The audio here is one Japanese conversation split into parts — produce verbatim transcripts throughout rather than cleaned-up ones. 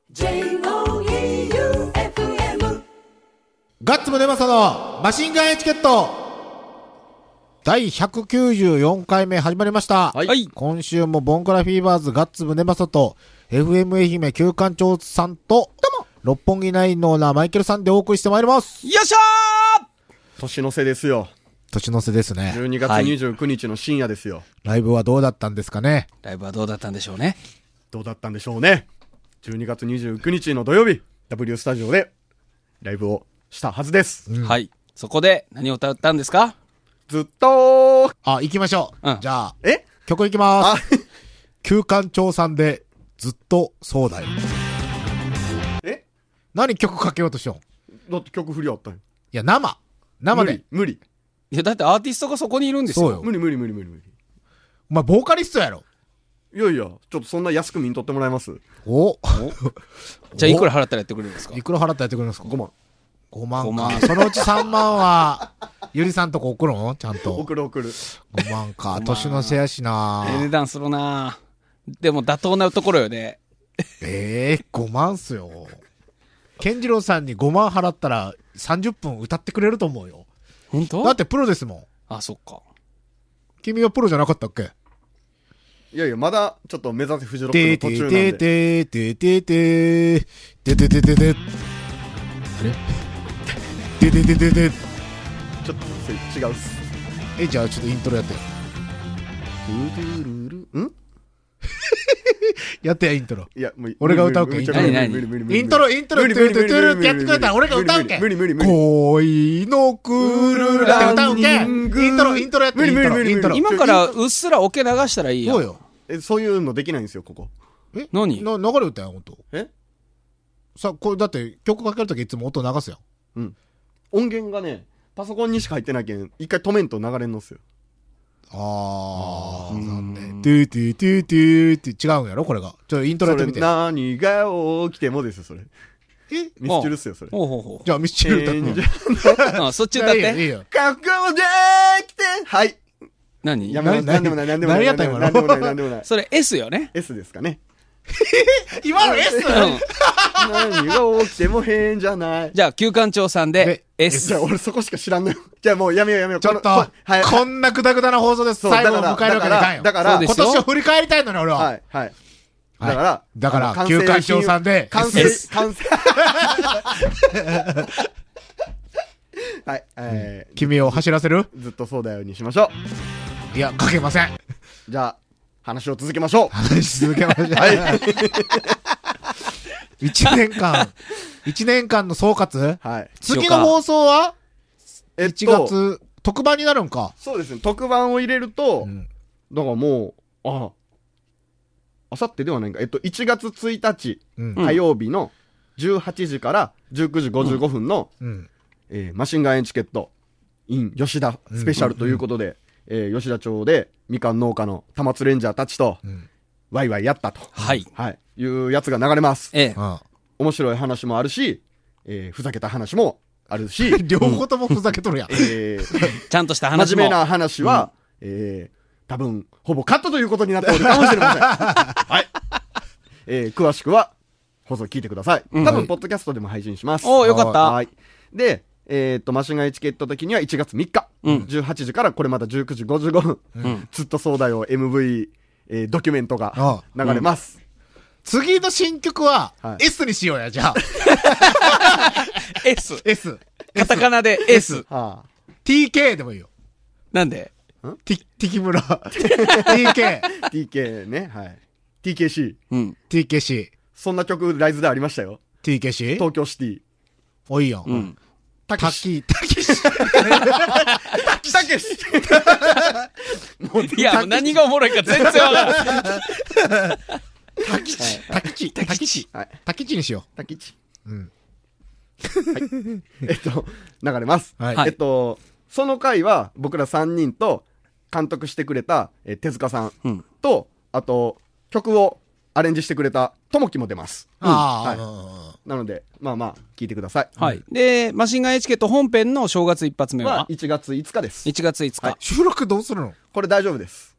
ジェイオーイーユーエフエムガッツムネマソのマシンガンエチケット第ひゃくきゅうじゅうよんかいめ始まりました。 はい。 今週もボンクラフィーバーズガッツムネマソと エフエム 愛媛旧館長さんと六本木ナインのオーナーマイケルさんでお送りしてまいります。 よっしゃー年の瀬ですよ。 年の瀬ですね。 じゅうにがつにじゅうくにちの深夜ですよ、はい、 ライブはどうだったんですかね。 ライブはどうだったんでしょうね。 どうだったんでしょうね。じゅうにがつにじゅうくにちの土曜日 W スタジオでライブをしたはずです、 うん、はい。そこで何を歌ったんですか。 ずっとあ、行きましょう、うん、じゃあえ曲行きまーす。旧館長さんでずっとそうだよ。 え何曲かけようとしよう。だって曲振りあったんよ。 いや生生で無理無理。 いやだってアーティストがそこにいるんですよ。 そうよ。 無理無理無理無理無理。 お前ボーカリストやろ。 いやいや、ちょっとそんな安く見んとってもらえます。 おじゃあいくら払ったらやってくれるんですか。 いくら払ったらやってくれるんですか。 ごまん。 ごまんか。そのうちさんまんはゆりさんとこ送るのちゃんと。 送る送る。 ごまんか。年のせやしな。 ええ値段するな。でも妥当なところよね。 ええー、ごまんっすよ。健次郎さんにごまん払ったらさんじゅっぷん歌ってくれると思うよ。 本当？ だってプロですもん。 あ、そっか。 君はプロじゃなかったっけ。 いやいや、まだちょっと目指せフジロックの途中なんで。 てててててててててててあれてててててちょっとそれ違うっす。 え、じゃあちょっとイントロやってよ。 ドゥルルルんやってや、イントロ。 いや、もう俺が歌うけ。イントロ。 何何イントロ、イントロ、トゥルトゥルトゥルってやってくれたら俺が歌うけ。 無理無理無理。 恋のクルルって歌うけ。イントロ、イントロやって。 無理無理無理無理。 今からうっすらオケ流したらいいよ。 そうよ。 え、そういうのできないんですよ、ここ。 え何な、流れ歌やん、ほんと。 えさ、これだって曲かけるときいつも音流すやん。 うん。音源がね、パソコンにしか入ってないけん、一回止めんと流れんのっすよ。 あー、残念。トゥートゥートゥートゥーって違うんやろこれが。ちょっとイントロやってみて。 何が起きてもですよ、それ。 えミスチルっすよ、それ。 ほうほうほう。 じゃあミスチル歌ってみて。 あ、そっち歌って。 いいよ、いいよ。 覚悟で来てはい。 何やめます。なんでもない、なんでもない。 何やった今のなんでもない、なんでもない。 それ S よね。 S ですかね。 今の S？ 何が起きても変じゃない。 じゃあ、旧館長さんで S。 じゃあ、俺そこしか知らんのよ。じゃあもうやめようやめよう。 ちょっと、こんなグダグダな放送です。最後を迎えるわけにいかんよ。 だから、 今年を振り返りたいのに俺は。 はい、はい。だから、 だから、旧館長さんで、 完成、完成。はい、えー、 君を走らせる？ ずっとそうだよにしましょう。いや、かけません。 じゃあ、話を続けましょう。 話し続けましょう。はい。一年間、一年間の総括？はい。次の放送は？えっと、いちがつ、特番になるんか。 そうですね。特番を入れると、うん、だからもう、あ、あさってではないんか。えっと、いちがつついたち、うん、火曜日のじゅうはちじからじゅうくじごじゅうごふんの、うんうんえー、マシンガンエチケット in 吉田スペシャルということで、うんうんえー、吉田町でみかん農家の玉津レンジャーたちと、うん、ワイワイやったと、 はいはい、いうやつが流れます、 ええ、 面白い話もあるし、えー、ふざけた話もあるし両方ともふざけとるやん、 えー、ちゃんとした話も真面目な話は、うんえー、多分ほぼカットということになっておるかもしれませんはい、えー、詳しくは放送聞いてください、うん、多分ポッドキャストでも配信します、 おーよかった。 はいでえっと、マシンガンエチケット的にはいちがつみっか、うん、じゅうはちじからこれまたじゅうくじごじゅうごふん、うん、ずっとそうだよ エムブイ、えー、ドキュメントが流れます、うん、 次の新曲は S にしようや、じゃあ S S カタカナで S、はあ、ティーケー でもいいよ。 なんでティティキムラ ティーケーティーケー ね、はい ティーケーシー、 うん、 ティーケーシーそんな曲ライズでありましたよ。 ティーケーシー東京シティ。 おいいやん、 うんたけし。たけし。たけし。 もういや、もう何がおもろいか全然わからない。 たきち。たきち。たきち。たきちにしよう。 たきち。 うん。 はい。えっと、流れます。 はい。 えっと、その回は僕らさんにんと監督してくれたえ手塚さんと、あと曲をアレンジしてくれたともきも出ます。 ああ、 はい。なので、まあまあ、聞いてください。 はい。で、マシンガンエチケット本編の正月一発目は、 いちがついつかです。 いちがついつか。 収録どうするの？ これ大丈夫です。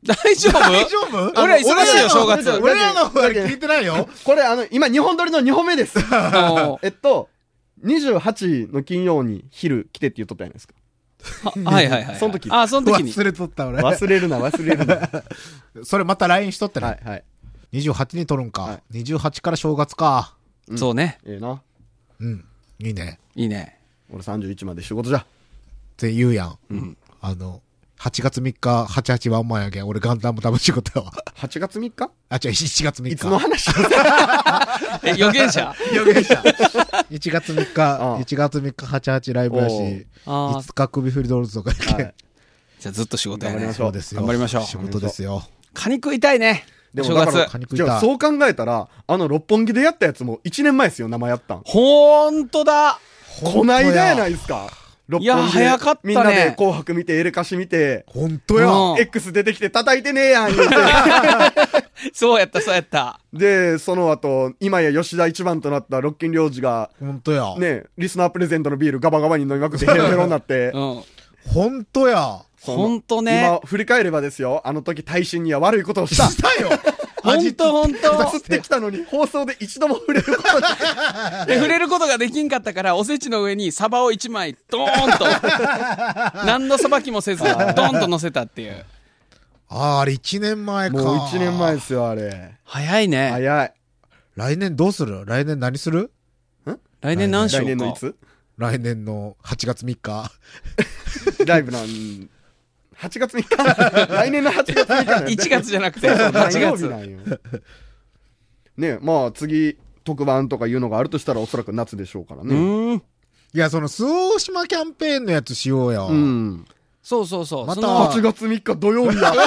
大丈夫大丈夫俺ら忙しいよ、正月。 俺らの声聞いてないよ。 これあの、今にほん撮りのにほんめです。 あえっと、にじゅうはちの金曜に昼来てって言っとったじゃないですか。 はいはいはい。 その時あ、その時に。 忘れとった俺。 忘れるな、忘れるな。 それまた ライン しとったね。 はいはい。 にじゅうはちに撮るんか。 はいにじゅうはちから正月か。 そうね。 ええな。 うん。いいね。 いいね。 俺さんじゅういちまで仕事じゃ。 って言うやん。うん。あの、はちがつみっか、はちはちワンマンやけん。俺元旦も多分仕事やわ。 はちがつみっかあ、違う、しちがつみっか。 いつの話え、予言者予言者。いちがつみっあかあ、 いちがつみっかはちはちライブやし、 あいつか首振りドールズとかやけん。 はいじゃあずっと仕事やね頑張りまし。ょそうですよ。 頑張りましょう仕事ですよ。 カニ食いたいね。正でもだから月。 カニ食いたいじゃあそう考えたら、あの六本木でやったやつもいちねんまえですよ、生やったん。 ほんとだ。 こないだやないですか。六いや本木で早かったねみんなで紅白見て、エレカシ見て、 ほんとや。 うん X 出てきて叩いてねえやん言うて。 そうやった、そうやった。 で、その後、今や吉田一番となったロッキン領事が、 ほんとや。 ね、リスナープレゼントのビールガバガバに飲みまくってヘロヘロになってう、ん。 ほんとや。 そのほんとね今、振り返ればですよ、あの時大臣には悪いことをした。 したよ。 ほんとほんと。 吸ってきたのに、放送で一度も触れることない。 で、触れることができんかったから、おせちの上にサバを一枚、ドーンと。何のさばきもせず、ドーンと乗せたっていう。 あー、あれいちねんまえか。 もう一年前ですよ、あれ。 早いね。 早い。 来年どうする？来年何する？ 来年何しようか。 来年のいつ来年のはちがつみっか。 ライブなん、はちがつみっか。来年のはちがつみっか。 いちがつじゃなくて、はちがつ。 なんよ。ねまあ次、特番とかいうのがあるとしたらおそらく夏でしょうからうね。 ーん。 いや、その、周防大島キャンペーンのやつしようよ。 うん。 そうそうそう。 またそのはちがつみっか土曜日だ。 で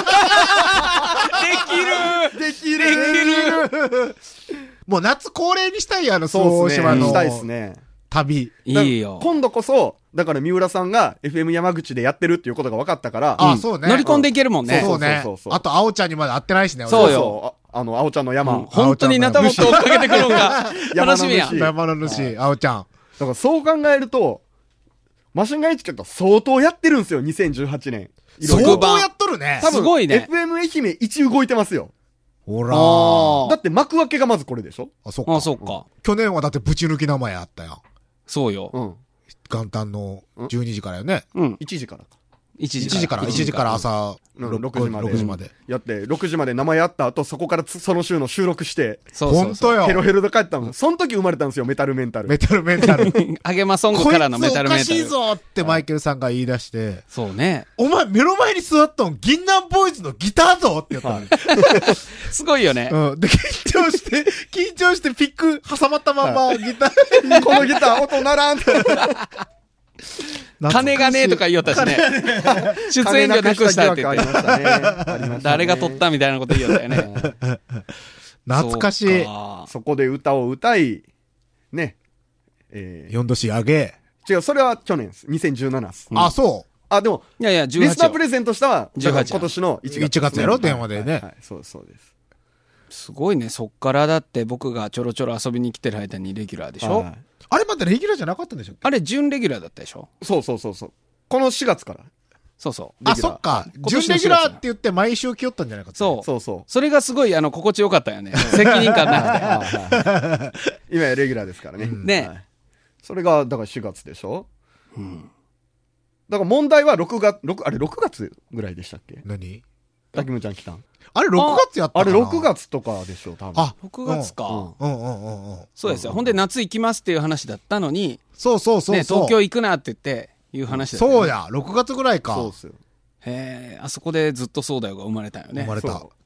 きるできるもう夏恒例にしたいよ、あの、周防そうっすね。 大島のしたいっすね。 旅。 いいよ。 今度こそ、だから三浦さんが エフエム 山口でやってるっていうことが分かったから、 あ、 うんそうね。 乗り込んでいけるもんね。 そうねそうそうそうそう。 あと、青ちゃんにまだ会ってないしね。 そうよそうああの、青ちゃんの山。 うん本当にナタモット追っかけてくるのが楽しみやん。 山の主山の主、青ちゃん。 だからそう考えると、マシンガンエチケットは相当やってるんですよ、にせんじゅうはちねん。いろいろ相当やっとるね。 多分すごいねエフエム 愛媛いち動いてますよ。 ほらあー。 ーだって幕開けがまずこれでしょあ、そっか。 あ、そうか。 去年はだってぶち抜き名前あったやん。 そうよ。 うん。 元旦のじゅうにじからよね。 うん。 いちじからか。 いちいちじから、いちじから朝うんろくろくじまでろくじまで。 やって、ろくじまで生やった後、そこからつその週の収録して、 そうそうそう。 ほんとよ。 ヘロヘロで帰ったの。その時生まれたんですよ、メタルメンタル。 メタルメンタル。 あげまソングこいからのメタルメンタル。 つおかしいぞってマイケルさんが言い出して、 そうね。 お前目の前に座ったん銀杏ボーイズのギターぞって言ったの。 すごいよね。 うん。で、緊張して、緊張してピック挟まったまんまギター。 このギター音ならんって。 金がねえとか言いよったしね。出演料なくしたって言って。 金なくした疑惑ありましたね。ありましたね誰が取ったみたいなこと言いよったよね。 懐かしい。 そうかそこで歌を歌い、ね。えよんどし上げ。 ー、違う、それは去年です。にせんじゅうななです。 あ、そう。 あ、でも、 いやいや、じゅうリはちよスナープレゼントしたは、 じゅうはちだから今年のいちがつ。 いちがつやろ電話でねはいはい、そうです、そうです。 すごいね。そっからだって僕がちょろちょろ遊びに来てる間にレギュラーでしょ、 はいあれまだレギュラーじゃなかったんでしょあれ準レギュラーだったでしょそうそうそうそう。このしがつから。 そうそう。 あ、 レギュラーそっか。 今年の準レギュラーって言って毎週来よったんじゃないかって。 そう。 そうそう。 それがすごい、あの、心地よかったよね。責任感なくて。 今やレギュラーですからね。 ねはいそれが、だからしがつでしょだから問題はろくがつ、ろくあれろくがつぐらいでしたっけ何たきむちゃん来たん。 あれろくがつやったかなあれろくがつとかでしょ、多分。 あ、 ろくがつか。 うんうんうんうんうん。 そうですよ。ほんで夏行きますっていう話だったのに、 そうそうそうね、 そう。 東京行くなって言って、いう話だったよねそうや。ろくがつぐらいか。 そうっすよ。 へえ、あそこでずっとそうだよが生まれたよね。 生まれたそ。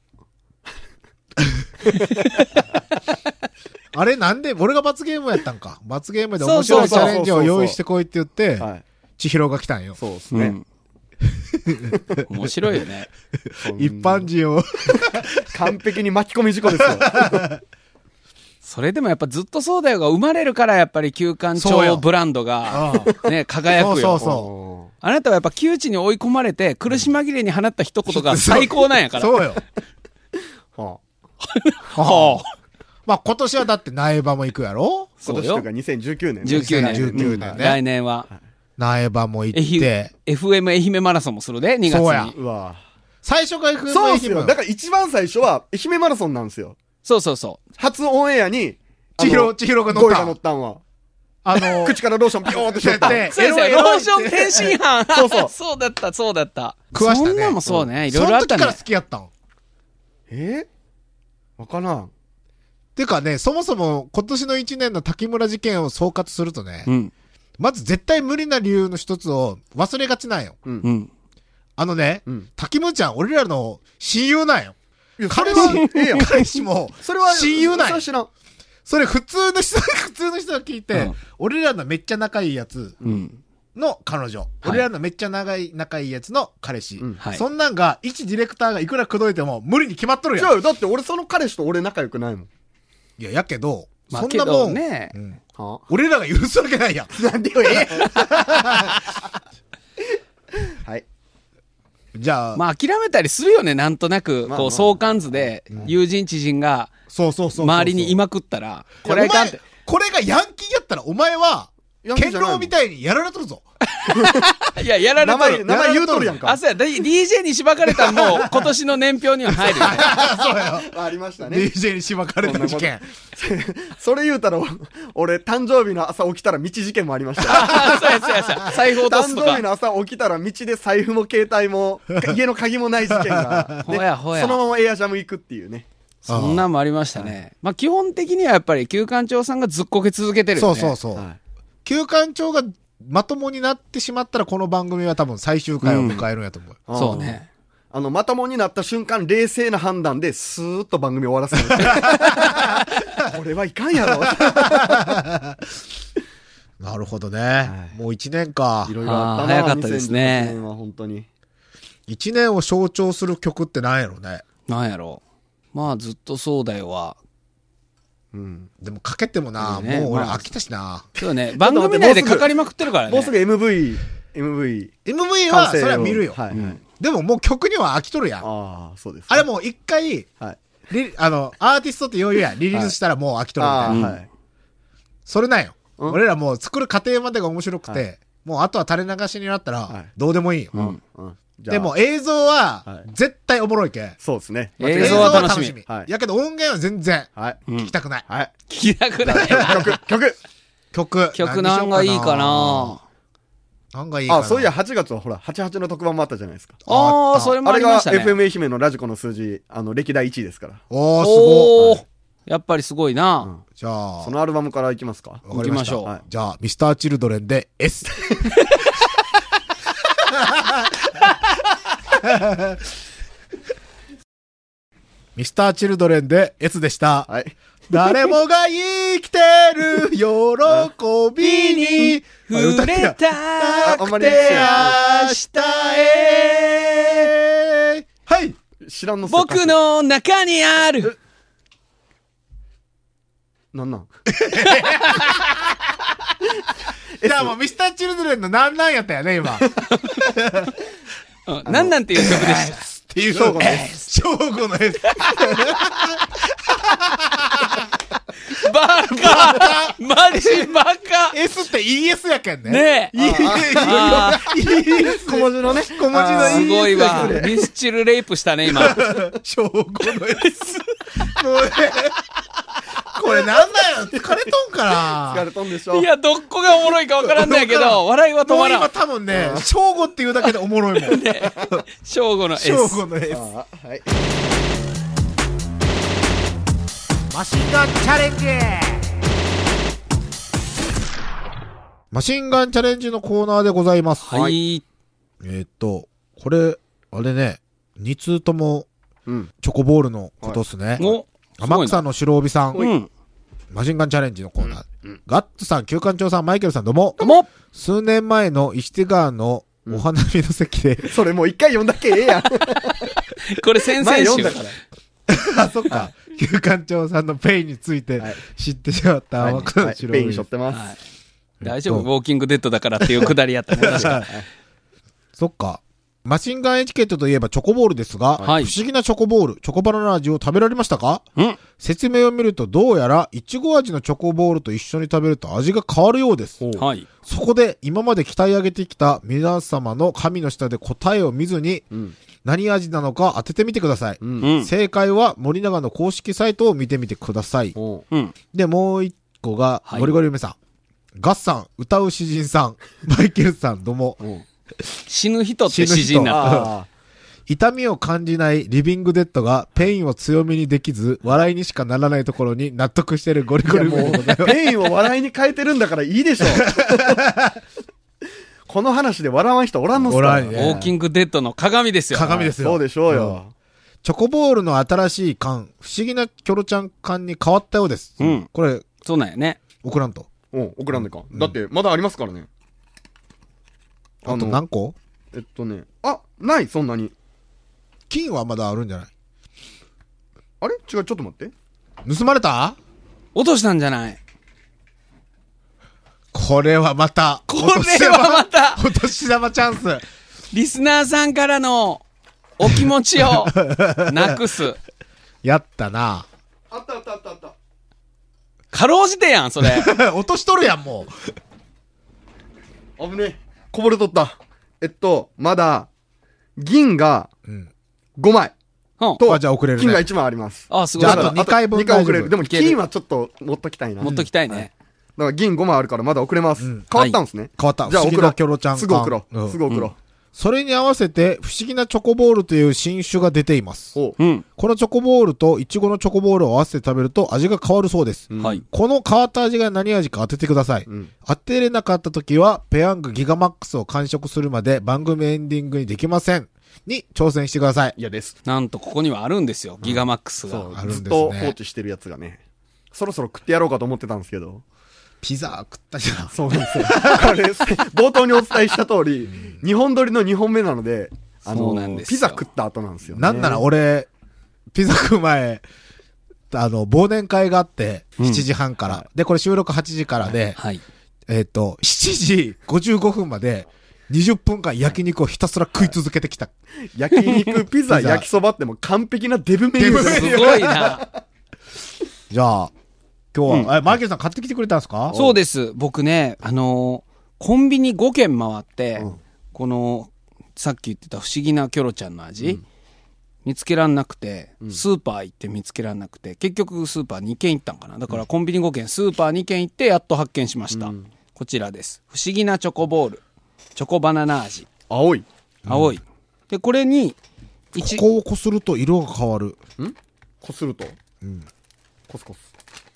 あれなんで、俺が罰ゲームやったんか。罰ゲームで面白いチャレンジを用意してこいって言ってう。、はい。 千尋が来たんよ。 そうっすね。 うん。面白いよね。 一般人を。 完璧に巻き込み事故ですよ。 それでもやっぱずっとそうだよが生まれるからやっぱり旧館そうよ長ブランドがね、輝くよ。 そうそうそあなたはやっぱ窮地に追い込まれて苦し紛れに放った一言が最高なんやから。 そうよ。 ははあ。 まあ今年はだって苗場も行くやろあ今年というかにせんじゅうきゅうねんね。 じゅうきゅうねん。 じゅうきゅうねんねうん来年は。 苗場も行えひって。 エフエム 愛媛マラソンもするで、にがつそうやに。 うわ最初が エフエム 愛そうっすよ。 媛。 だから一番最初は、愛媛マラソンなんですよ。 そうそうそ初オンエアに、 千尋、千尋が乗ったゴイが乗。ったんは。 あの、 口からローションピョーってしょった。 でう。そうですよ。 エロいローション天津飯。 そうそうそうだった、そうだった。 食わしたねそんなんもそうね。いろいろあったねその時から。好きやったん。 えー、わからん。 てかね、そもそも今年のいちねんの滝村事件を総括するとね、 うん。 まず絶対無理な理由の一つを忘れがちなんよ。 うん。 うん。 あのね、 うん。 滝村ちゃん、俺らの親友なんよ。 いや、そ彼れは氏、 ええやん。 彼氏も、 それは、 親友なんよそれは知らん。 それ普通の人、普通の人が聞いて、 うん俺らのめっちゃ仲いいやつうん。 の彼女、 い俺らのめっちゃ長い、仲いいやつの彼氏、 うんはい。 そんなんが、一ディレクターがいくら口説いても無理に決まっとるやん。 違うよ。だって俺その彼氏と俺仲良くないもん。 いや、やけど、 まあけそんなもん、 どねう。んは俺らが許すわけないやん。 なんでよ、えはい。 じゃあ、 まあ諦めたりするよね、なんとなく。 まあまあこう、相関図で、友人知人が、 そうそうそうそう。 周りにいまくったら、これはいかんってお前。これがヤンキーやったら、お前は、剣ヤンキーじゃないもん道みたいにやられとるぞ。 いや、やられ名前、 とる。 名前言うとるやんか。 あ、そうや、ディージェー にしばかれたんも、今年の年表には入るよね。 そうよ。 ありましたね。 ディージェー にしばかれた事件。 それ言うたら、俺、誕生日の朝起きたら道事件もありました。 あそうや、そうや、そうや。財布落とすとか誕生日。の朝起きたら道で財布も携帯も、家の鍵もない事件が、 ほやほやそのままエアジャム行くっていうね。 そんなんもありましたね。まあ基本的にはやっぱり、旧館長さんがずっこけ続けてるよね。 そうそうそう。 はい旧館長がまともになってしまったら、この番組は多分最終回を迎えるんやと思う。 そうね。 あの、まともになった瞬間、冷静な判断で、スーッと番組終わらせる。これはいかんやろ。 なるほどね。 いもう一年かい。ろいろあったな。 あー早かったですねにせんじゅうはちねんは本当に。 一年を象徴する曲って何やろね。 なんやろう。まあずっとそうだよは。 うん。 でもかけてもな、 いいねもう俺まあ飽きたしな。 そうね。番組内でかかりまくってるからね。 もうすぐ エムブイ、エムブイ。 エムブイ はそれは見るよ。 はい、はい。 うんでももう曲には飽きとるやん。 ああ、そうです、 あれもう一回、 はい。 リあの、アーティストって余裕や。リリースしたらもう飽きとるみたいな。 ああ、 うんはい。 それなんよ。 うん俺らもう作る過程までが面白くて、 はいもうあとは垂れ流しになったはいら、どうでもいいよ。 うんうん。じゃあでも、映像ははい、 絶対おもろいけん。 そうですね。 映像は楽しみはいやけど音源は全然はい。 うん聞きたくない。 はい。 聞きたくないな。 曲、曲。 曲。 曲なんがいいかな。 なんがいいかな。 あ、そういや、はちがつはほら、はちじゅうはちの特番もあったじゃないですか。 ああ、 あったそれもあれがありましたね。 エフエム 愛媛のラジコの数字、あの、歴代いちいですから。 おー、すごい。 おー。やっぱりすごいな。 うんじゃあ、 そのアルバムからいきますか。 わかりました。 行きましょうはいじゃあ、ミスターチルドレンで S。ミスターチルドレンで S でした。 はい。 誰もが生きてる喜びに触れたたあんまりくて明日へ。はい。 知らんのっす僕。の中にある。 なんなんじゃあもうミスターチルドレンのなんなんやったよね、今。 うんなんなんていう曲でした。 っていう。 正午の S。 正午の S。 バカマジバカ S って イーエス やけんね。 ねえ。 イーエス。 あ小文字のね。 小文字のー E すごいわ。 失礼ミスチルレイプしたね、今。 正午の S。もうね、これなんだよ、疲れとんかな。 疲れとんでしょ。 いや、どっこがおもろいかわからんのやけど、笑いは止もう今まらん。 多分ね、正午っていうだけでおもろいもん。 正午の S。 正午の S。 ああはい。 マシンガンチャレンジマシンガンチャレンジのコーナーでございます。 はい。 えーっと、これ、あれね、に通ともうん。 チョコボールのことっすね。 お、 天草の白帯さん、 うん。 マシンガンチャレンジのコーナー。 うんうんガッツさん、旧館長さん、マイケルさん、どうも。 どうも数年前の石手川のお花見の席で、 それもう一回読んだっけええやん。 これ先々週前読んだ。から。 あ、そっか。旧館長さんのペイについてはい知ってしまったはい天草はいペインの白帯背負ってます。 はい大丈夫ウォーキングデッドだからっていうくだりやったね。確かそっか。マシンガンエチケットといえばチョコボールですが、 はい不思議なチョコボール、チョコバナナ味を食べられましたか？ うん。 説明を見るとどうやらイチゴ味のチョコボールと一緒に食べると味が変わるようです。 はい。 そこで今まで鍛え上げてきた皆様の神の下で答えを見ずに、 うん。 何味なのか当ててみてください。 うんうん。 正解は森永の公式サイトを見てみてください。 おううん。 で、もう一個が、 はいゴリゴリ梅さん。ガッさん、歌う詩人さん、マイケルさん、どうも。 おう死ぬ人って死ぬ人詩人なの。 あ痛みを感じないリビングデッドがペインを強めにできず、笑いにしかならないところに納得してるゴリゴリ梅でございます。 ペインを笑いに変えてるんだからいいでしょ。この話で笑わん人おらんのっすかおらんねウォーキングデッドの鏡ですよ。 鏡ですよ。 そうでしょうよ。 チョコボールの新しい缶、不思議なキョロちゃん缶に変わったようです。 うんこれ、 そうなんやね。 送らんと。 うん、送らんでか。だって、まだありますからね。 あと何個えっとね、あ、ない、そんなに。 金はまだあるんじゃないあれ違う、ちょっと待って。 盗まれた落としたんじゃない？ これはまた。 これはまたお年玉チャンス。 リスナーさんからのお気持ちをなくす。 やったな。 あったあったあったあった。 かろうじてやん、それ。 落としとるやん、も危ねえ。こぼれとった。えっと、まだ、銀がう。うん。 ごまいうん。 と、 あじゃあ送れるね金がいちまいあります。 あ、すごい。 じゃああとにかいぶんにかい送れる。 大丈夫でもいける金はちょっと持っときたいな。 持っときたいね。 だから銀ごまいあるからまだ送れます。 うん変わったんですね。 変わった。 じゃあ送ろう。 不思議なキョロちゃん缶。 すぐ送ろう。 うんすぐ送ろそれに合わせて、不思議なチョコボールという新種が出ています。 う。おう。 うん。 このチョコボールとイチゴのチョコボールを合わせて食べると味が変わるそうです。 うんはい。 この変わった味が何味か当ててください。 うん。 当てれなかった時は、ペヤングギガマックスを完食するまで番組エンディングにできません。に挑戦してください。 嫌です。 なんとここにはあるんですよ。ギガマックスが。 そうあるんですねずっと放置してるやつがね。そろそろ食ってやろうかと思ってたんですけど。 ピザ食ったじゃん。 そうなんですよ。これ、冒頭にお伝えした通り、にほん撮りのにほんめなので、あそうのなんですよピザ食った後なんですよね。 なんなら俺、ピザ食う前、あの、忘年会があって、 うんしちじはんから。で、これ収録はちじからで、 はい。 えっと、しちじごじゅうごふんまで、にじゅっぷんかん焼肉をひたすら食い続けてきた。 焼肉、ピザ、 ピザ焼きそばってもう完璧なデブメニューですすごいな。 じゃあ、今日は、 うんえ、マイケルさん買ってきてくれたんですかそうです。僕ね、あのーコンビニごけん回って、 うんこの、さっき言ってた不思議なキョロちゃんの味、見つけらんなくて、スーパー行って見つけらんなくて、結局スーパーにけん行ったんかな。だからコンビニごけん、スーパーにけん行ってやっと発見しました。 うんこちらです。不思議なチョコボール。チョコバナナ味。 青い。 青い。で、これに、一、 ここをこすると色が変わる。 こすると。 うん。 コスコス。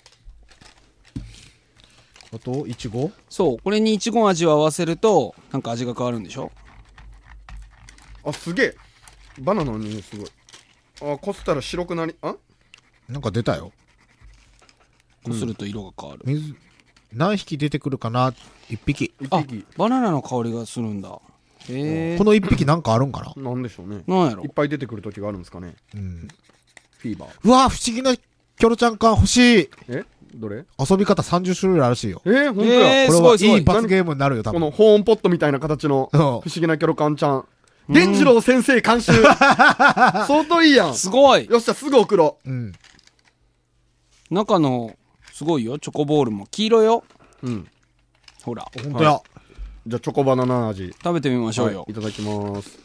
あと、いちごそう、これにいちご味を合わせると、なんか味が変わるんでしょ？ あ、すげえ。バナナの匂いすごい。あ、こすったら白くなり、あなんか出たよ。 こうすると色が変わる。 水、何匹出てくるかな一匹。 あ一匹。、 バナナの香りがするんだ。へえこ。の一匹なんかあるんかななんでしょうね。 なんやろいっぱい出てくる時があるんですかね。 うん。 フィーバー。 うわ不思議なキョロちゃん缶欲しい。 えどれ遊び方さんじゅっしゅるいあるらしいよ。 えー、ほんとや。 えーこれすごいすごいはいい罰ゲームになるよ、多分。 この保温ポットみたいな形のうん不思議なキョロカンちゃん。伝次郎先生監修。相当いいやん。 すごい。 よっしゃ、すぐ送ろうん。 中の、すごいよ。チョコボールも黄色よ。 う。うん。 ほら。 ほんとや。 はじゃあ、チョコバナナ味。 食べてみましょうよはい。いただきます。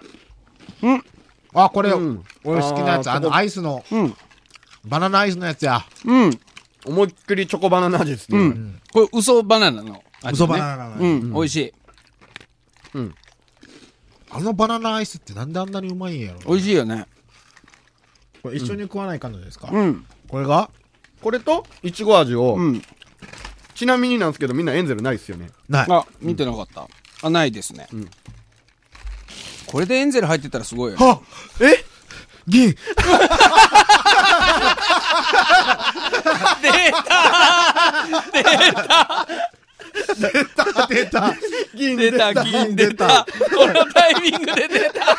あ、これ、 うん俺好きなやつ。あの、 あーチョコアイスの、 うん。 バナナアイスのやつや。 うん。 思いっきりチョコバナナ味ですね。 うん。これ、嘘バナナの味、ね。 嘘バナナの味うん。美味しい。 うん。 あのバナナアイスってなんであんなにうまいんやろ。 美味しいよね。 これ一緒に食わないかんのですか、 うん。 これがこれと、いちご味を、 うん。 ちなみになんですけど、みんなエンゼルないっすよね。 ない。 あ、見てなかった。あ、ないですね。 んこれでエンゼル入ってたらすごいよね。 はえ銀出た銀出た、銀出た。このタイミングで出た。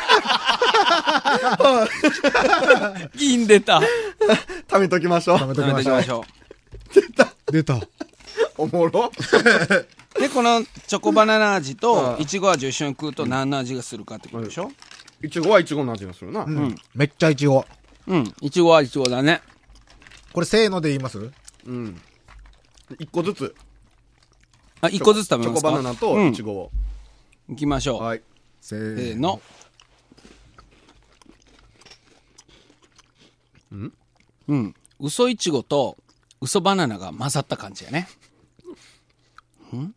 銀出た。 食べときましょ食べう。 食べてときましょう。 いきましょ出た。 おもろ。 う。で、このチョコバナナ味あとあいちご味を一緒に食うと何の味がするかってことでしょ？ いちごはいちごの味がするな。 うん。めっちゃイチゴ。 うん。いちごはいちごだね。 これせーので言いますうん。いっこずつ。 あ、一個ずつ食べチョコますか？ バナナといちごを。 うん。いきましょう。 はい。 せせーの。 んうん。嘘いちごと嘘バナナが混ざった感じやね。んん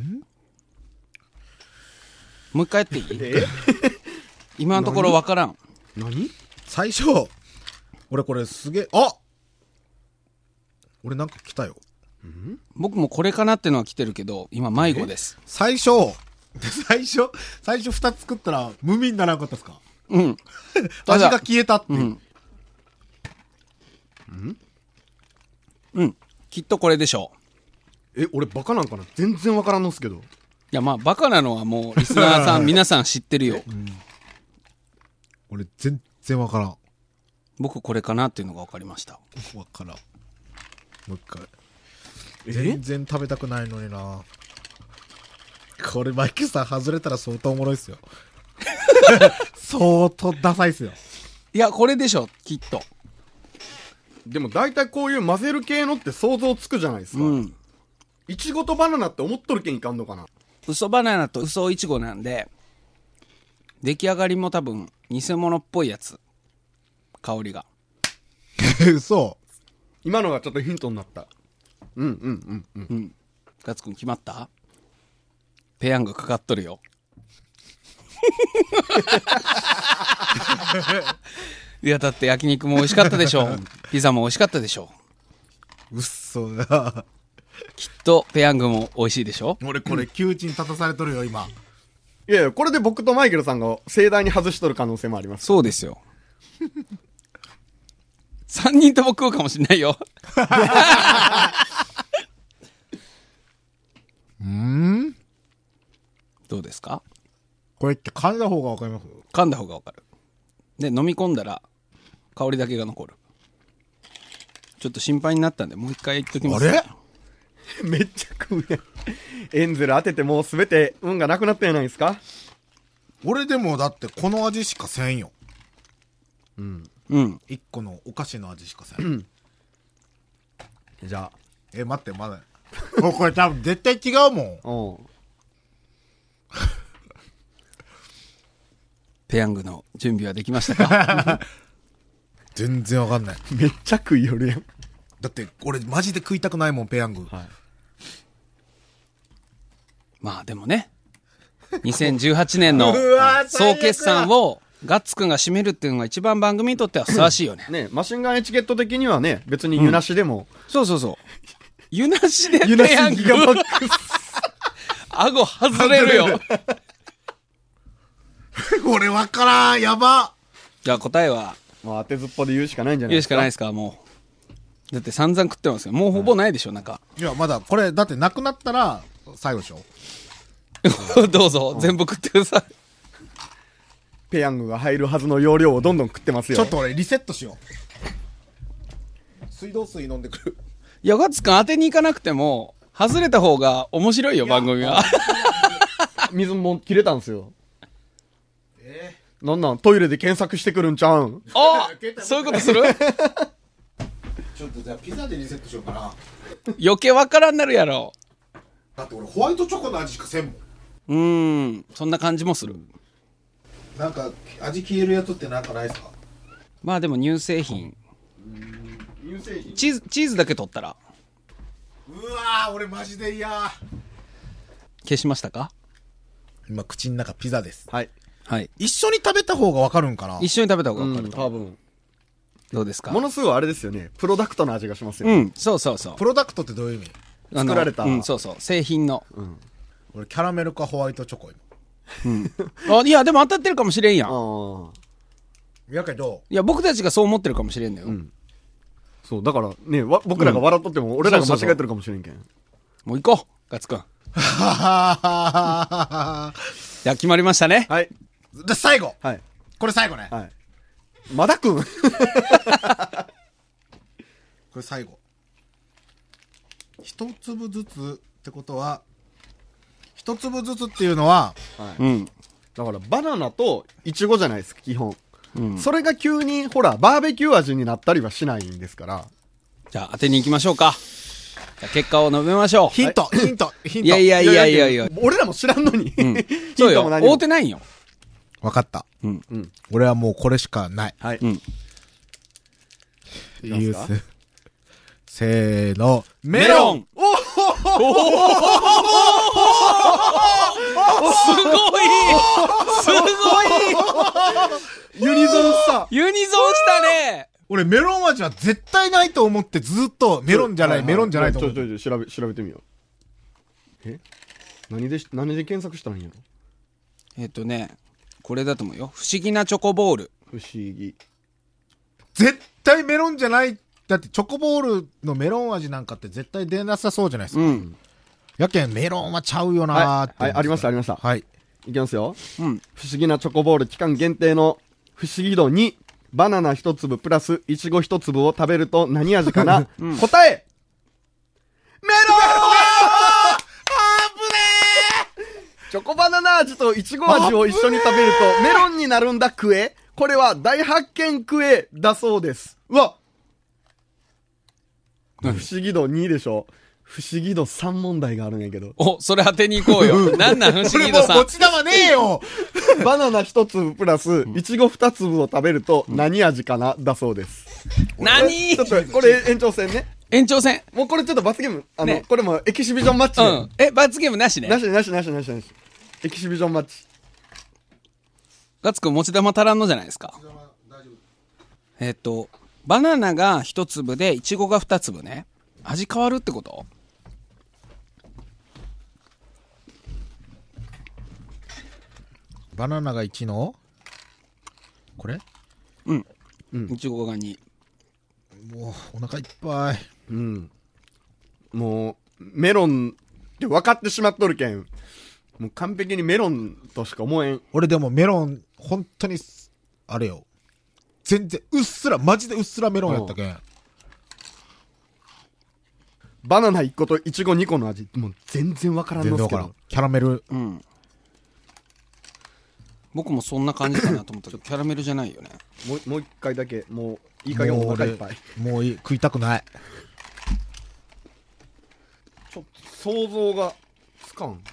もう一回やっていい？ え今のところわからん。 何最初、俺これすげえ、あ俺なんか来たよ。 僕もこれかなってのは来てるけど、今迷子です。 最初、最初、最初二つ作ったら無味にならなかったですか？ うん。 味が消えたっていう。 うん。うん。きっとこれでしょう。 え、俺バカなんかな全然わからんのっすけど。 いや、まあ、バカなのはもう、リスナーさん、皆さん知ってるよ。 俺全然わからん。 僕これかなっていうのが分かりました。 わからん。もう一回。全然食べたくないのにな。これマイケルさん外れたら相当おもろいっすよ。相当ダサいっすよ。 いや、これでしょ、きっと。 でも大体こういう混ぜる系のって想像つくじゃないですか。 うん。 いちごとバナナって思っとるけんいかんのかな。 嘘バナナと嘘いちごなんで、出来上がりも多分、偽物っぽいやつ。香りが。 嘘。 今のがちょっとヒントになった。うんうんうんうん。 うん。ガッツくん決まった？ペヤングかかっとるよ。いや、だって焼肉も美味しかったでしょ。ピザも美味しかったでしょ。 嘘だ。 きっとペヤングも美味しいでしょ。 俺これ窮地に立たされとるよ今。 いやいや、これで僕とマイケルさんが盛大に外しとる可能性もあります。 そうですよ。さんにんとも食うかもしんないよ。 うーんどうですか？ これって噛んだ方がわかります？ 噛んだ方がわかる。で、飲み込んだら香りだけが残る。ちょっと心配になったんでもう一回言っときます。 あれめっちゃ食うやん。エンゼル当ててもうすべて運がなくなったんじゃないですか？ 俺でもだってこの味しかせんよ。 うん。 うん。 一個のお菓子の味しかせん。 じゃえ、待って、まだ。もうこれ多分絶対違うもん。 あ。うん。 ペヤングの準備はできましたか？ 全然わかんない。 めっちゃ食いよるやん。 だって俺マジで食いたくないもん、ペヤング。 はい。 まあでもね、にせんじゅうはちねんのうわー総決算をガッツくんが占めるっていうのが一番番組にとってはふさわしいよね。 ね、マシンガンエチケット的にはね、別に湯なしでも。 そうそうそう。湯なしで湯なしペヤングギガマックス。 顎外れるよ。 俺わからん、やば。 じゃあ答えはまあ当てずっぽで言うしかないんじゃない言うですか。 しかないですか？もうだって散々食ってますよ。もうほぼないでしょ、なんか。 いや、まだ、これ、だってなくなったら、最後でしょ。 どうぞ、全部食ってください。 ペヤングが入るはずの容量をどんどん食ってますよ。 ちょっと俺、リセットしよう。水道水飲んでくる。 いや、ガッツくん当てに行かなくても、外れた方が面白いよ、番組は。 水も切れたんすよ。えー、なんなんトイレで検索してくるんちゃうん？ あそういうことする？ ちょっとじゃあピザでリセットしようかな。 余計わからんなるやろ。 だって俺、ホワイトチョコの味しかせんもん。 うーん、そんな感じもする。 なんか、味消えるやつってなんかないですか？ まあでも乳製品。 乳製品。 チーズ、チーズだけ取ったら、 うわー、俺マジで嫌。 消しましたか？ 今、口の中ピザです。 はい。 はい。 一緒に食べた方がわかるんかな？ 一緒に食べた方がうん、 わかると。 多分。 どうですか？ ものすごいあれですよね。プロダクトの味がしますよね。 うん、そうそうそう。 プロダクトってどういう意味？ あの作られたうん、そうそう。製品の。 俺、キャラメルかホワイトチョコ今。 あ、いや、でも当たってるかもしれんやん。 ああ。 やけど、 いや、僕たちがそう思ってるかもしれんのよ。 んそう、だからね、わ僕らが笑っとっても、俺らが間違えてるかもしれんけん。 もう行こう、ガッツくん。じゃあ決まりましたね。 はい。 で、最後。 はい。 これ最後ね。 はい。まだくんこれ最後。一粒ずつってことは、一粒ずつっていうのは、 はい。 うん。 だから、バナナとイチゴじゃないですか、基本。 うん。 それが急に、ほら、バーベキュー味になったりはしないんですから。 じゃあ当てに行きましょうか。じゃあ結果を述べましょう。 ヒント、ヒント、ヒント。 いやいやいやいやいや。 俺らも知らんのに。 うん。 ヒそうよ。 ントも何も会うてないんよ。 わかった。 うん。 うん。 俺はもうこれしかない。 はい。 うん。 ユース。せーの。 メロンおおすごいすごいユニゾンした。 ユニゾンしたね。 俺メロン味は絶対ないと思ってずっとメロンじゃない、メロンじゃないと思って。 ちょちょちょ、調べ、調べてみよう。え何でし、何で検索したらいいんやろ。 えっとね、これだと思うよ。不思議なチョコボール。 不思議。 絶対メロンじゃない。だってチョコボールのメロン味なんかって絶対出なさそうじゃないですか。 うん。 やけんメロンはちゃうよなーって、 はい、はい、ありましたありました。 はい。 いきますよ。 うん。 不思議なチョコボール期間限定の不思議度にバナナ一粒プラスイチゴ一粒を食べると何味かな、うん、答えメロンあぶねーチョコバナナ味とイチゴ味を一緒に食べるとメロンになるんだクエ。これは大発見クエだそうです。うわ不思議度にでしょ。不思議度さん問題があるんやけど。 お、それ当てに行こうよ。なんなん不思議度さん。 これもう持ち玉ねえよバナナ一粒プラス、いちご二粒を食べると何味かなだそうです。 何ちょっと、これ延長戦ね。 延長戦。 もうこれちょっと罰ゲーム。あの、 ね、 これもエキシビジョンマッチ。 うん。え、罰ゲームなしね。 なしなしなしなしなし。エキシビジョンマッチ。 ガッツくん持ち玉足らんのじゃないですか。えっと、バナナが一粒で、イチゴが二粒ね。味変わるってこと？ バナナがいちのこれうん。うん。いちごがに。 もう、お腹いっぱい。 うん。もう、メロンって分かってしまっとるけん。もう完璧にメロンとしか思えん。 俺でもメロン、本当に、あれよ。全然、うっすら、マジでうっすらメロンやったけん。 バナナいっことイチゴにこの味、もう全然分からんのっすけど。 キャラメル。 うん。僕もそんな感じかなと思ったけど、キャラメルじゃないよね。 もう、もう一回だけ、もう、いい加減お腹いっぱい。 もういい、食いたくない。 ちょっと、想像がつかん。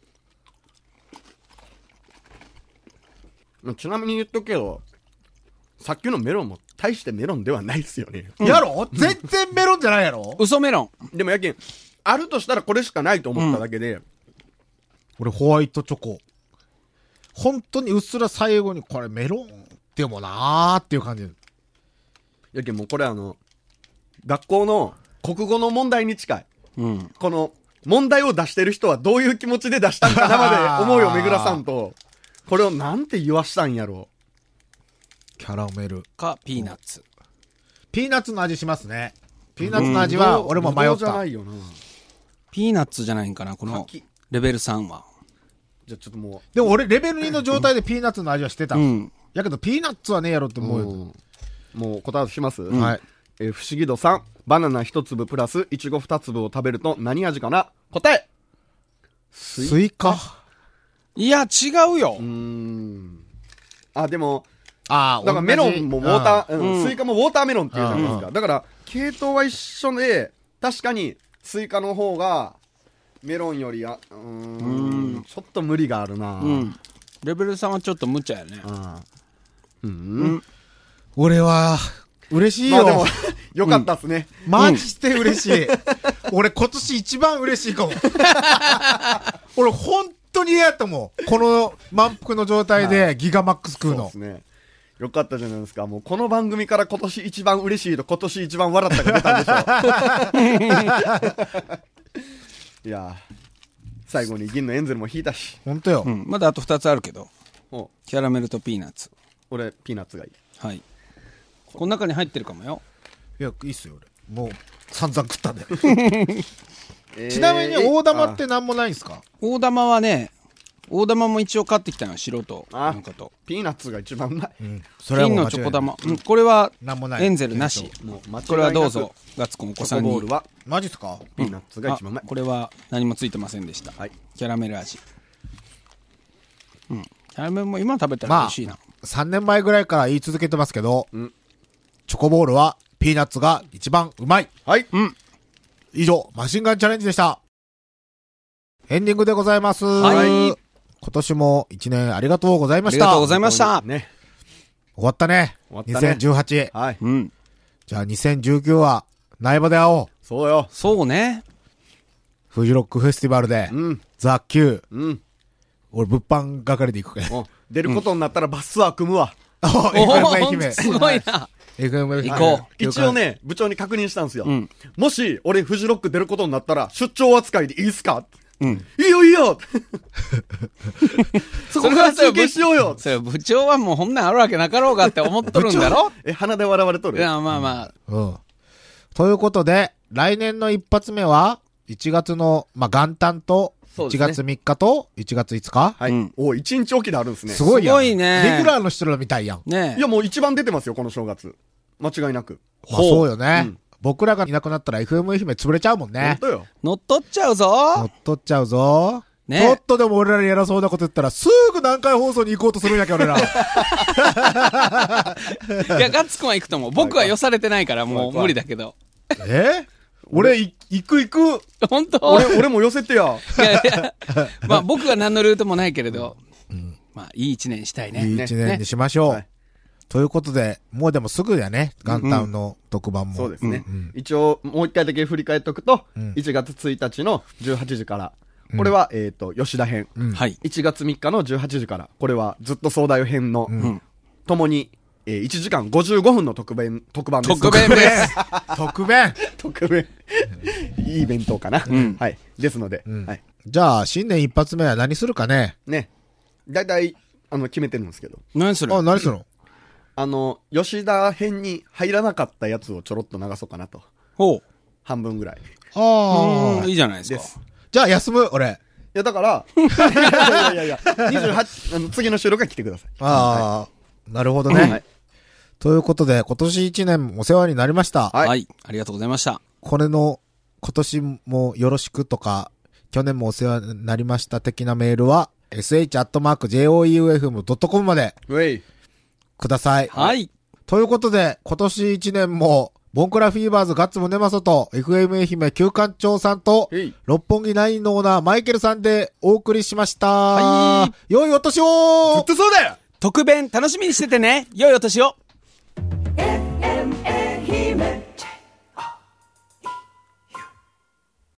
ちなみに言っとくけど、さっきのメロンも大してメロンではないっすよね。 うん、やろ全然メロンじゃないやろ嘘メロン。でもやけん、あるとしたらこれしかないと思っただけで。うん、 俺ホワイトチョコ。本当にうっすら最後にこれメロンでもなーっていう感じ。 やけんもうこれあの、学校の国語の問題に近い。 うん、 この問題を出してる人はどういう気持ちで出したんかなまで思うよめぐらさんと、これをなんて言わしたんやろう。 キャラメルかピーナッツ。 ピーナッツの味しますね。ピーナッツの味は俺も迷った。 じゃないよな。 ピーナッツじゃないんかなこのレベルさんは。 じゃあちょっともう。でも俺レベルにの状態でピーナッツの味はしてた。うん。やけどピーナッツはねえやろって思うよ。うん、 もう答えします、 うん、はい。 えー、不思議度さん。バナナ一粒プラスイチゴ二粒を食べると何味かな。答えスイ、スイカ。 いや違うよ。 うーん。あ、でも、 ああ、 だからメロンもウォーター、うん、スイカもウォーターメロンっていうじゃないですか。 うん、 だから、系統は一緒で、確かにスイカの方がメロンよりあ、うーん、んちょっと無理があるな、うん、 レベルさんはちょっと無茶やね。 あうん、うん。 俺は、嬉しいよ。 まあでも、よかったっすね。 うん、マジで嬉しい。俺今年一番嬉しいかも。俺本当に嫌やったもん。この満腹の状態でギガマックス食うの。 そうですね。よかったじゃないですか。もうこの番組から今年一番嬉しいと今年一番笑ったが出たんでしょ。いや最後に銀のエンゼルも引いたし。 本当よ、 うん。まだあとふたつあるけど。キャラメルとピーナッツ。 俺ピーナッツがいい。 はい。この中に入ってるかもよ。 いやいいっすよ俺。もう散々食ったんで。えー、ちなみに大玉ってなんもないんすか？ 大玉はね。大玉も一応買ってきたの白となんかとピーナッツが一番うまい、うん、 それは金のチョコ玉、うん、これはエンゼルなし。 もうこれはどうぞガッツくんお子さんに。 チョコボールはマジっすか？ ピーナッツが一番うまい、 うん、これは何もついてませんでした、はい、キャラメル味。うんキャラメルも今食べたら美味しいな、まあ、さんねんまえぐらいから言い続けてますけど、うん、チョコボールはピーナッツが一番うまい。 はい、 うん、 以上マシンガンチャレンジでした。エンディングでございます。 はい、 今年も一年ありがとうございました。 ありがとうございました。 ね、終わったね。 終わったね。 にせんじゅうはち。 はい。 うん。 じゃあにせんじゅうきゅうは苗場で会おう。 そうよ。 そうね。 フジロックフェスティバルで、 うん。 ザ・キュー。 うん。 俺物販係で行くけ。 お出ることになったらバスツアー組むわ。 お、 おエフエム 愛ー媛。 すごいな。 エフエム 愛媛。 行こう一応ね、部長に確認したんですよ。 うんもし、俺フジロック出ることになったら、出張扱いでいいっすかうん。 いいよいいよそこから中継しようよそれ部長はもうこんなんあるわけなかろうがって思っとるんだろえ、鼻で笑われとるいや、まあまあ。 うん。ということで、来年の一発目は、いちがつの、まあ、元旦と、いちそうですねがつみっかと、いちがついつかはい。 うんお、一日おきであるんですね。 すごいやん。 すごいねレギュラーの人らみたいやん。 ねえ。 いや、もう一番出てますよ、この正月。間違いなく。 まあ、そうよね、 うん僕らがいなくなったら エフエム 愛媛潰れちゃうもんね本。当よ。 乗っ取っちゃう乗ぞっ取っちゃうぞ。 ねちょっとでも俺らに偉そうなこと言ったら、すぐ南海放送に行こうとするんやけ、俺ら。 いや、ガッツくんは行くと思う。僕は寄されてないからもう無理だけど。 え俺、い行く行く。 本当俺、俺も寄せてや。 いやいや、まあ僕は何のルートもないけれど、まあいい一年したいね。 いい一年にしましょう。 はいということで、もうでもすぐやね、元旦の特番も。 そうですね。 ん一応、もう一回だけ振り返っとくと、 んいちがつついたちのじゅうはちじから、これは、えっと、吉田編。 うんはい。 いちがつみっかのじゅうはちじから、これはずっと壮大編の、 んともに、えーいちじかんごじゅうごふんの特弁、特番です。 特弁です。 特弁。 特弁。いい弁当かな。 んはい。ですので、 んはい。 じゃあ、新年一発目は何するかね。 ね。だいたい、あの、決めてるんですけど、 何それあ、何するのあの、吉田編に入らなかったやつをちょろっと流そうかなと。 ほう。 半分ぐらい。 ああ。 いいじゃないですか。 です。 じゃあ、休む、俺。 いや、だから、いやいやいや、にじゅうはち、あの、次の収録は来てください。 ああ、なるほどね。 はい。 ということで、今年一年お世話になりました。 はいはい。ありがとうございました。 これの、今年もよろしくとか、去年もお世話になりました的なメールは、エスエイチアットマークジェイオーイーユーエフエムドットコム までウェイ。 ください。 はい。 ということで、今年一年も、ボンクラフィーバーズガッツムネマソと、エフエム 愛媛旧館長さんとへい、 六本木ナインのオーナーマイケルさんでお送りしました。 は良いお年ずをっとそうだよ特弁楽しみにしててね。良いお年を。